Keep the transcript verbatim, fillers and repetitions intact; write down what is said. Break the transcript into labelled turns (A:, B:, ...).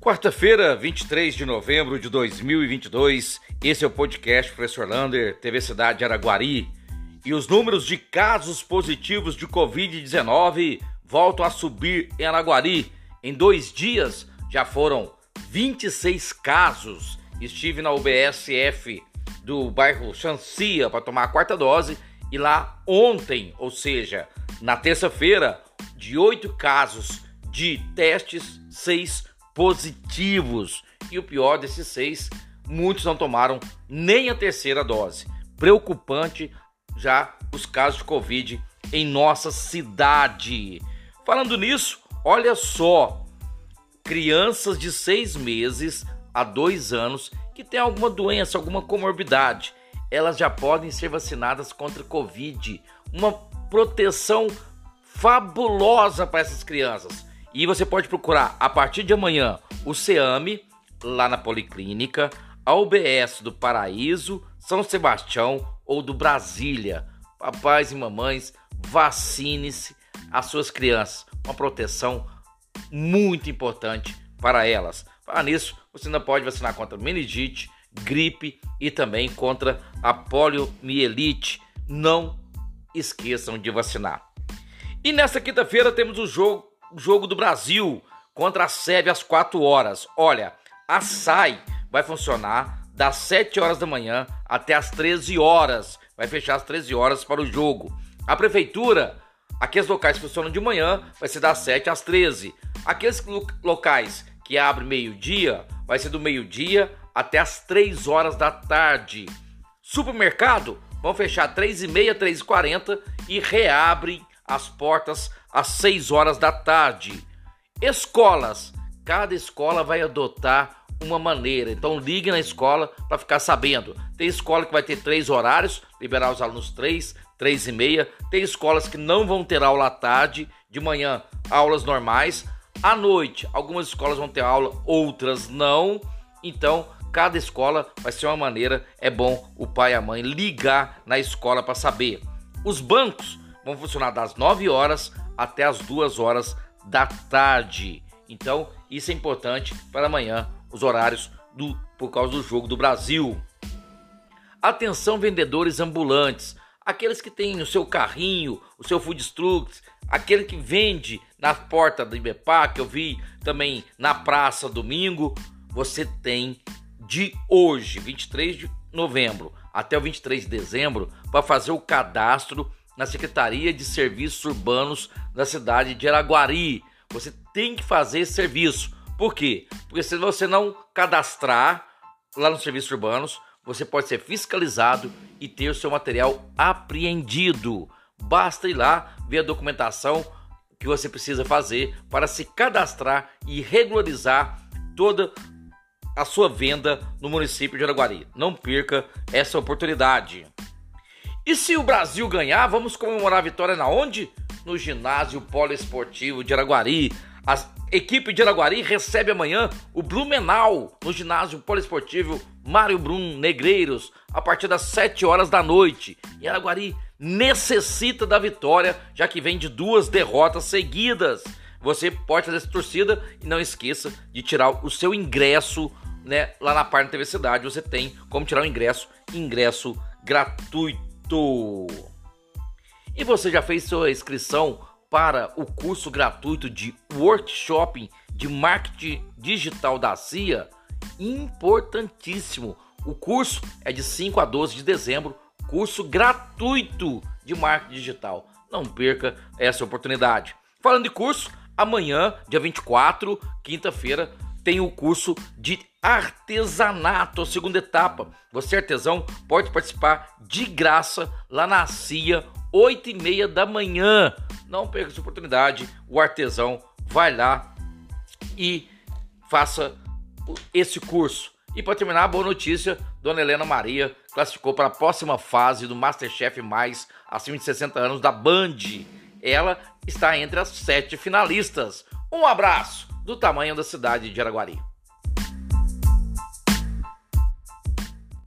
A: Quarta-feira, vinte e três de novembro de dois mil e vinte e dois, esse é o podcast Professor Lander, T V Cidade de Araguari. E os números de casos positivos de covid dezenove voltam a subir em Araguari. Em dois dias já foram vinte e seis casos. Estive na U B S F do bairro Chancia para tomar a quarta dose e lá ontem, ou seja, na terça-feira, de oito casos de testes, seis positivos. E o pior desses seis, muitos não tomaram nem a terceira dose. Preocupante já os casos de Covid em nossa cidade. Falando nisso, olha só, crianças de seis meses a dois anos que têm alguma doença, alguma comorbidade, elas já podem ser vacinadas contra Covid. Uma proteção fabulosa para essas crianças. E você pode procurar a partir de amanhã o SEAME, lá na Policlínica, a U B S do Paraíso, São Sebastião ou do Brasília. Papais e mamães, vacine-se as suas crianças. Uma proteção muito importante para elas. Para nisso, você ainda pode vacinar contra meningite, gripe e também contra a poliomielite. Não esqueçam de vacinar. E nesta quinta-feira temos o jogo, o jogo do Brasil contra a Sérvia às quatro horas. Olha, a S A I vai funcionar das sete horas da manhã até as treze horas. Vai fechar às treze horas para o jogo. A prefeitura, aqueles locais que funcionam de manhã, vai ser das sete às treze. Aqueles locais que abrem meio-dia, vai ser do meio-dia até as três horas da tarde. Supermercado vão fechar três e meia, três e quarenta e reabrem as portas às seis horas da tarde. Escolas, cada escola vai adotar uma maneira, então ligue na escola para ficar sabendo. Tem escola que vai ter três horários, liberar os alunos três, três e meia. Tem escolas que não vão ter aula à tarde, de manhã aulas normais. À noite, algumas escolas vão ter aula, outras não. Então, cada escola vai ser uma maneira. É bom o pai e a mãe ligar na escola para saber. Os bancos vão funcionar das nove horas até as duas horas da tarde. Então, isso é importante para amanhã, os horários do, por causa do jogo do Brasil. Atenção, vendedores ambulantes, aqueles que têm o seu carrinho, o seu food truck, aquele que vende na porta do IBEPA, que eu vi também na praça domingo. Você tem de hoje, vinte e três de novembro, até o vinte e três de dezembro, para fazer o cadastro na Secretaria de Serviços Urbanos da cidade de Araguari. Você tem que fazer esse serviço. Por quê? Porque se você não cadastrar lá nos serviços urbanos, você pode ser fiscalizado e ter o seu material apreendido. Basta ir lá ver a documentação que você precisa fazer para se cadastrar e regularizar toda a sua venda no município de Araguari. Não perca essa oportunidade. E se o Brasil ganhar, vamos comemorar a vitória na onde? No ginásio poliesportivo de Araguari. A equipe de Araguari recebe amanhã o Blumenau no ginásio poliesportivo Mário Brum Negreiros a partir das sete horas da noite. E Araguari necessita da vitória, já que vem de duas derrotas seguidas. Você pode fazer essa torcida e não esqueça de tirar o seu ingresso, né, lá na parte da T V Cidade. Você tem como tirar o ingresso, ingresso gratuito. E você já fez sua inscrição para o curso gratuito de workshop de marketing digital da C I A? Importantíssimo. O curso é de cinco a doze de dezembro, curso gratuito de marketing digital. Não perca essa oportunidade. Falando de curso, amanhã, dia vinte e quatro, quinta-feira, tem o curso de artesanato, a segunda etapa. Você, artesão, pode participar de graça lá na C I A, oito e meia da manhã. Não perca essa oportunidade. O artesão vai lá e faça esse curso. E para terminar, boa notícia, Dona Helena Maria classificou para a próxima fase do MasterChef Mais, acima de sessenta anos, da Band. Ela está entre as sete finalistas. Um abraço do tamanho da cidade de Araguari.